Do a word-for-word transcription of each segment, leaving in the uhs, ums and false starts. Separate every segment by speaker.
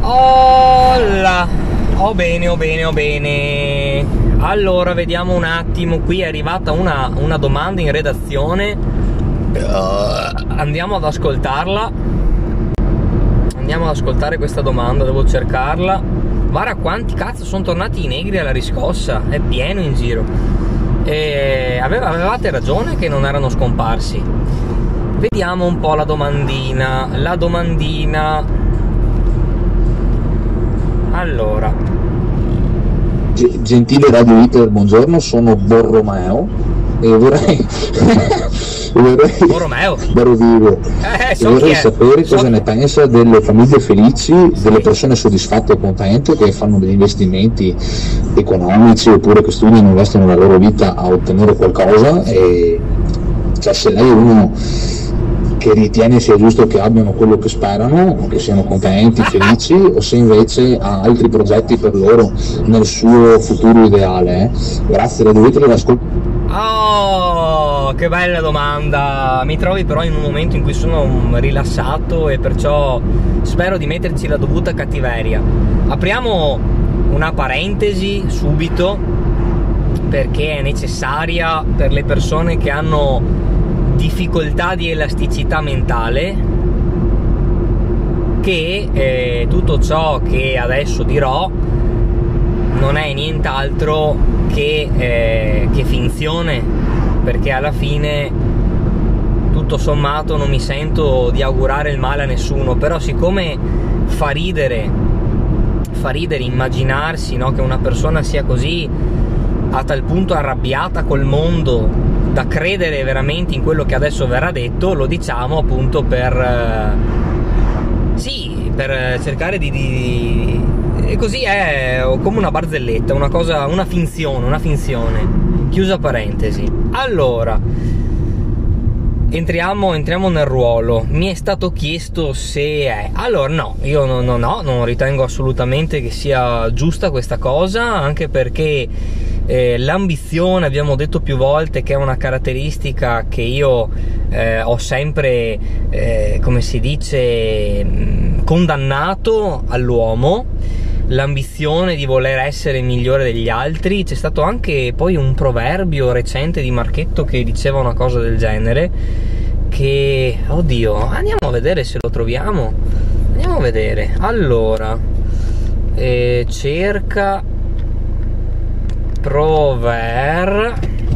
Speaker 1: Olla! Oh bene, oh bene, oh bene. Allora, vediamo un attimo. Qui è arrivata una, una domanda in redazione. Uh, andiamo ad ascoltarla. Andiamo ad ascoltare questa domanda, devo cercarla. Guarda quanti cazzo sono tornati i negri alla riscossa. È pieno in giro. E avevate ragione che non erano scomparsi. Vediamo un po' la domandina. La domandina. Allora,
Speaker 2: gentile Radio Iter, buongiorno, sono Borromeo e vorrei vorrei
Speaker 1: Borromeo
Speaker 2: Borrovigo
Speaker 1: eh,
Speaker 2: e
Speaker 1: so
Speaker 2: vorrei
Speaker 1: so
Speaker 2: sapere
Speaker 1: so
Speaker 2: cosa ne pensa delle famiglie felici, delle persone soddisfatte e contente che fanno degli investimenti economici oppure che studiano e investono la loro vita a ottenere qualcosa, e cioè se lei è uno che ritiene sia giusto che abbiano quello che sperano, che siano contenti, felici, o se invece ha altri progetti per loro nel suo futuro ideale. Eh? Grazie, la dovete ascoltare.
Speaker 1: Oh, che bella domanda. Mi trovi però in un momento in cui sono rilassato e perciò spero di metterci la dovuta cattiveria. Apriamo una parentesi subito, perché è necessaria per le persone che hanno difficoltà di elasticità mentale, che eh, tutto ciò che adesso dirò non è nient'altro che, eh, che finzione, perché alla fine tutto sommato non mi sento di augurare il male a nessuno, però siccome fa ridere fa ridere immaginarsi, no, che una persona sia così a tal punto arrabbiata col mondo da credere veramente in quello che adesso verrà detto, lo diciamo appunto per eh, sì, per cercare di, di e così è come una barzelletta, una cosa, una finzione, una finzione. Chiusa parentesi. Allora, entriamo, entriamo nel ruolo. Mi è stato chiesto se è. Allora, no, io no, no, no, non ritengo assolutamente che sia giusta questa cosa, anche perché Eh, l'ambizione, abbiamo detto più volte che è una caratteristica che io eh, ho sempre, eh, come si dice, condannato all'uomo. L'ambizione di voler essere migliore degli altri. C'è stato anche poi un proverbio recente di Marchetto che diceva una cosa del genere, che, oddio, andiamo a vedere se lo troviamo, andiamo a vedere. Allora, eh, cerca prover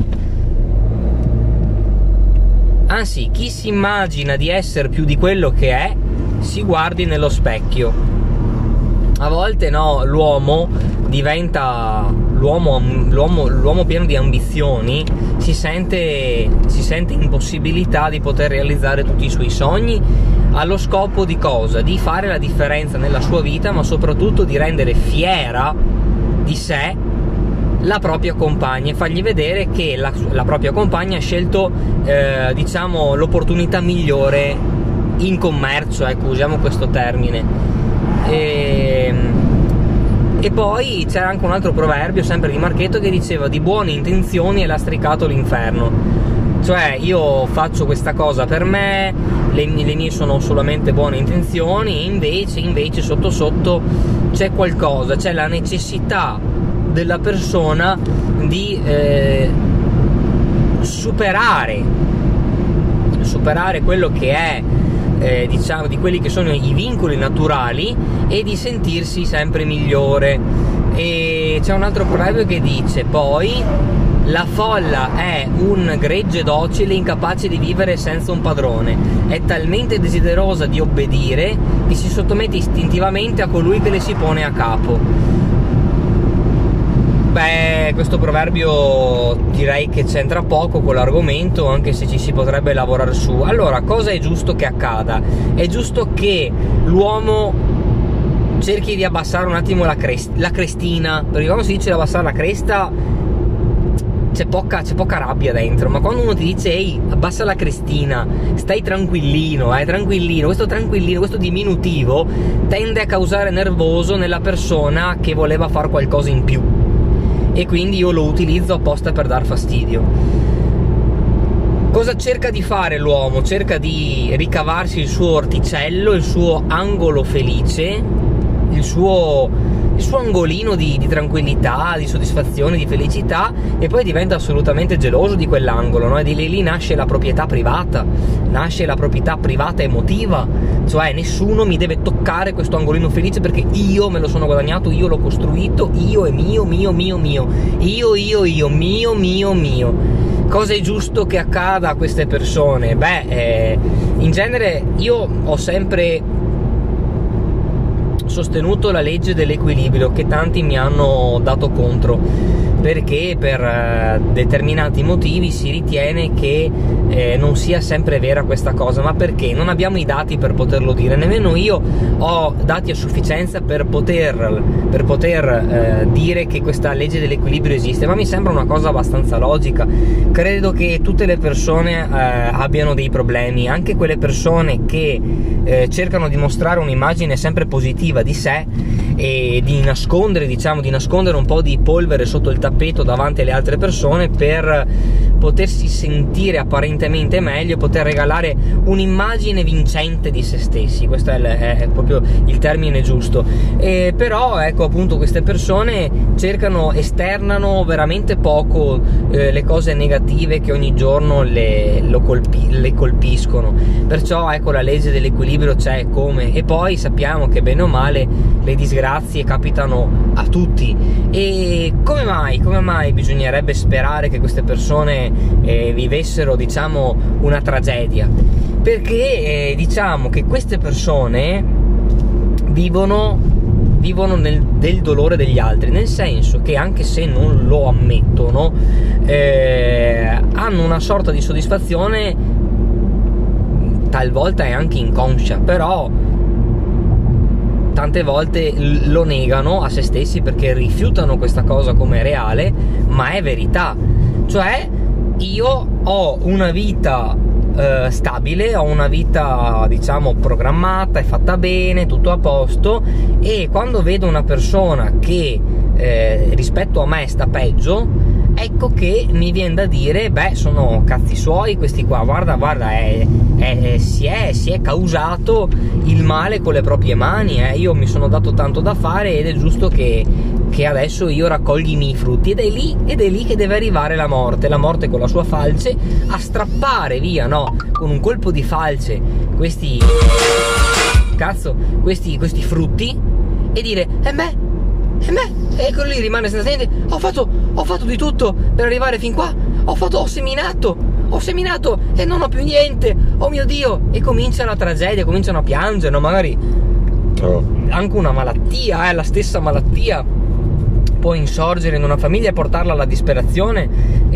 Speaker 1: anzi chi si immagina di essere più di quello che è si guardi nello specchio. A volte no, l'uomo diventa l'uomo, l'uomo, l'uomo pieno di ambizioni si sente, si sente in possibilità di poter realizzare tutti i suoi sogni, allo scopo di cosa? Di fare la differenza nella sua vita, ma soprattutto di rendere fiera di sé la propria compagna e fargli vedere che la, la propria compagna ha scelto eh, diciamo l'opportunità migliore in commercio, ecco, usiamo questo termine. E, e poi c'era anche un altro proverbio sempre di Marchetto che diceva: di buone intenzioni è lastricato l'inferno. Cioè, io faccio questa cosa per me, le, le mie sono solamente buone intenzioni, e invece, invece sotto sotto c'è qualcosa, c'è la necessità della persona di eh, superare superare quello che è eh, diciamo di quelli che sono i vincoli naturali e di sentirsi sempre migliore. E c'è un altro proverbio che dice poi: la folla è un gregge docile incapace di vivere senza un padrone, è talmente desiderosa di obbedire che si sottomette istintivamente a colui che le si pone a capo. Beh, questo proverbio direi che c'entra poco con l'argomento, anche se ci si potrebbe lavorare su. Allora, cosa è giusto che accada? È giusto che l'uomo cerchi di abbassare un attimo la, crest- la crestina, perché quando si dice di abbassare la cresta c'è poca, c'è poca rabbia dentro, ma quando uno ti dice ehi, abbassa la crestina, stai tranquillino, eh, tranquillino, questo tranquillino, questo diminutivo tende a causare nervoso nella persona che voleva fare qualcosa in più, e quindi io lo utilizzo apposta per dar fastidio. Cosa cerca di fare l'uomo? Cerca di ricavarsi il suo orticello, il suo angolo felice, il suo, il suo angolino di, di tranquillità, di soddisfazione, di felicità, e poi diventa assolutamente geloso di quell'angolo, no? E di lì, lì nasce la proprietà privata, nasce la proprietà privata emotiva, cioè nessuno mi deve toccare questo angolino felice perché io me lo sono guadagnato, io l'ho costruito, io è mio, mio, mio, mio, io, io, io, mio, mio, mio. Cosa è giusto che accada a queste persone? Beh, eh, in genere io ho sempre sostenuto la legge dell'equilibrio, che tanti mi hanno dato contro, perché per eh, determinati motivi si ritiene che eh, non sia sempre vera questa cosa. Ma perché? Non abbiamo i dati per poterlo dire, nemmeno io ho dati a sufficienza per poter, per poter eh, dire che questa legge dell'equilibrio esiste, ma mi sembra una cosa abbastanza logica. Credo che tutte le persone eh, abbiano dei problemi, anche quelle persone che eh, cercano di mostrare un'immagine sempre positiva di sé e di nascondere, diciamo, di nascondere un po' di polvere sotto il tappeto davanti alle altre persone per potersi sentire apparentemente meglio e poter regalare un'immagine vincente di se stessi. Questo è, il, è proprio il termine giusto. E però ecco, appunto, queste persone cercano, esternano veramente poco eh, le cose negative che ogni giorno le, lo colpi, le colpiscono. Perciò ecco, la legge dell'equilibrio c'è come, e poi sappiamo che bene o male le disgrazie capitano a tutti. E come mai, come mai bisognerebbe sperare che queste persone eh, vivessero, diciamo, una tragedia? Perché eh, diciamo che queste persone vivono vivono nel, del dolore degli altri, nel senso che anche se non lo ammettono eh, hanno una sorta di soddisfazione, talvolta è anche inconscia, però tante volte lo negano a se stessi perché rifiutano questa cosa come reale, ma è verità. Cioè, io ho una vita eh, stabile, ho una vita, diciamo, programmata, è fatta bene, tutto a posto, e quando vedo una persona che eh, rispetto a me sta peggio, ecco che mi viene da dire, beh, sono cazzi suoi questi qua, guarda, guarda, è, è, si, è, si è causato il male con le proprie mani, eh. Io mi sono dato tanto da fare ed è giusto che, che adesso io raccogli i miei frutti, ed è lì, ed è lì che deve arrivare la morte, la morte con la sua falce, a strappare via, no, con un colpo di falce questi, cazzo, questi, questi frutti, e dire, e beh, e beh, ecco lì, rimane senza niente. Ho fatto, ho fatto di tutto per arrivare fin qua. Ho fatto, ho seminato, ho seminato e non ho più niente. Oh mio Dio! E comincia la tragedia, cominciano a piangere, no? Magari oh. anche una malattia, eh, la stessa malattia può insorgere in una famiglia e portarla alla disperazione.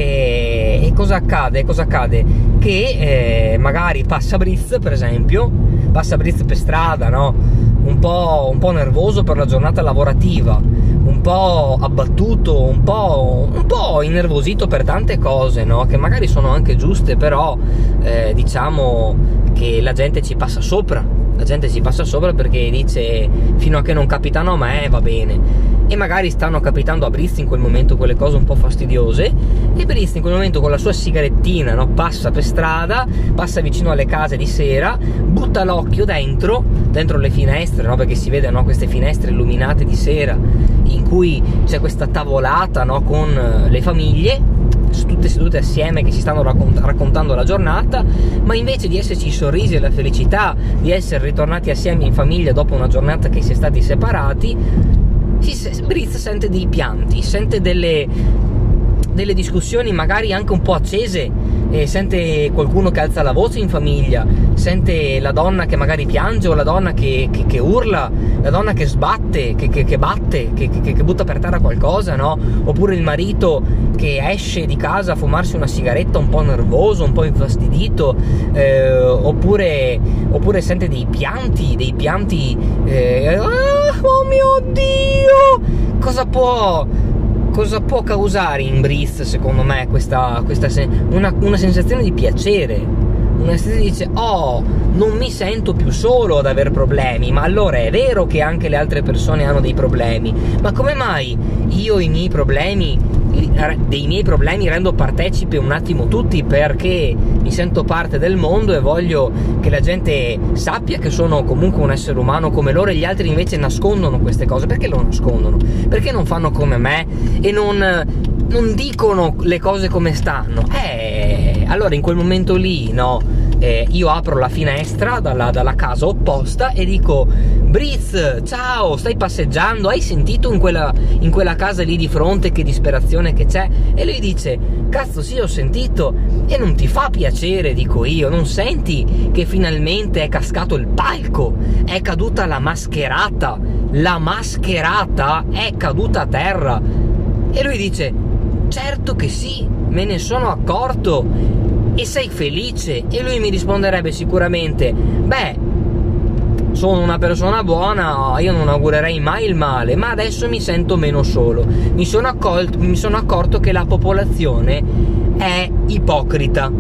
Speaker 1: E, e cosa accade? Cosa accade? Che eh, magari passa Briz, per esempio, passa Briz per strada, no? Un po', un po' nervoso per la giornata lavorativa, un po' abbattuto, un po', un po' innervosito per tante cose, no? Che magari sono anche giuste, però eh, diciamo che la gente ci passa sopra, la gente ci passa sopra perché dice, fino a che non capitano a me va bene. E magari stanno capitando a Briz in quel momento quelle cose un po' fastidiose, e Briz in quel momento con la sua sigarettina, no, passa per strada, passa vicino alle case di sera, butta l'occhio dentro, dentro le finestre, no, perché si vede, no, queste finestre illuminate di sera in cui c'è questa tavolata, no, con le famiglie tutte sedute assieme che si stanno raccont- raccontando la giornata, ma invece di esserci i sorrisi e la felicità di essere ritornati assieme in famiglia dopo una giornata che si è stati separati, si, Briz sente dei pianti, sente delle, delle discussioni magari anche un po' accese, e sente qualcuno che alza la voce in famiglia, sente la donna che magari piange, o la donna che, che, che urla, la donna che sbatte, che, che, che batte, che, che, che butta per terra qualcosa, no? Oppure il marito che esce di casa a fumarsi una sigaretta un po' nervoso, un po' infastidito, eh, oppure, oppure sente dei pianti, dei pianti, eh, oh mio Dio! Cosa può... Cosa può causare in Briz, secondo me, questa, questa sen- una, una sensazione di piacere, un'anestesia dice: oh, non mi sento più solo ad aver problemi, ma allora è vero che anche le altre persone hanno dei problemi, ma come mai io i miei problemi dei miei problemi rendo partecipe un attimo tutti, perché mi sento parte del mondo e voglio che la gente sappia che sono comunque un essere umano come loro, e gli altri invece nascondono queste cose. Perché lo nascondono? Perché non fanno come me e non, non dicono le cose come stanno? Eh, allora in quel momento lì, no, eh, io apro la finestra dalla, dalla casa opposta e dico: Briz, ciao, stai passeggiando? Hai sentito in quella, in quella casa lì di fronte che disperazione che c'è? E lui dice: cazzo sì, ho sentito. E non ti fa piacere? Dico io, non senti che finalmente è cascato il palco? È caduta la mascherata, la mascherata è caduta a terra. E lui dice: certo che sì, me ne sono accorto. E sei felice? E lui mi risponderebbe sicuramente: beh, sono una persona buona, io non augurerei mai il male, ma adesso mi sento meno solo. Mi sono accorto, mi sono accorto che la popolazione è ipocrita.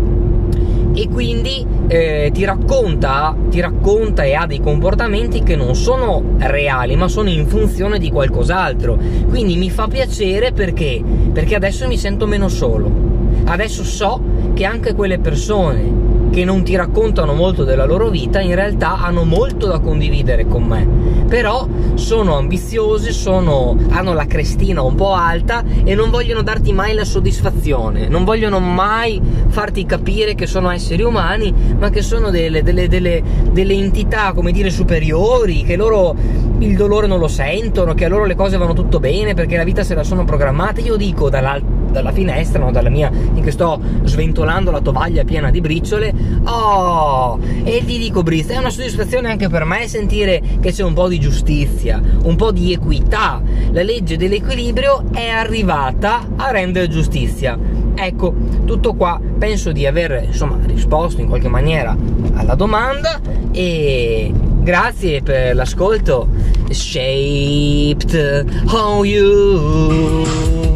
Speaker 1: E quindi eh, ti racconta, ti racconta e ha dei comportamenti che non sono reali, ma sono in funzione di qualcos'altro. Quindi mi fa piacere perché? Perché adesso mi sento meno solo. Adesso so che anche quelle persone che non ti raccontano molto della loro vita in realtà hanno molto da condividere con me, però sono ambiziose, sono, hanno la crestina un po' alta e non vogliono darti mai la soddisfazione, non vogliono mai farti capire che sono esseri umani, ma che sono delle, delle, delle, delle entità, come dire, superiori, che loro il dolore non lo sentono, che a loro le cose vanno tutto bene perché la vita se la sono programmata. Io dico dalla, dalla finestra, no, dalla mia, in che sto sventolando la tovaglia piena di briciole: oh, e ti dico, Briz, è una soddisfazione anche per me sentire che c'è un po' di giustizia, un po' di equità. La legge dell'equilibrio è arrivata a rendere giustizia. Ecco, tutto qua. Penso di aver, insomma, risposto in qualche maniera alla domanda, e grazie per l'ascolto. Shaped how you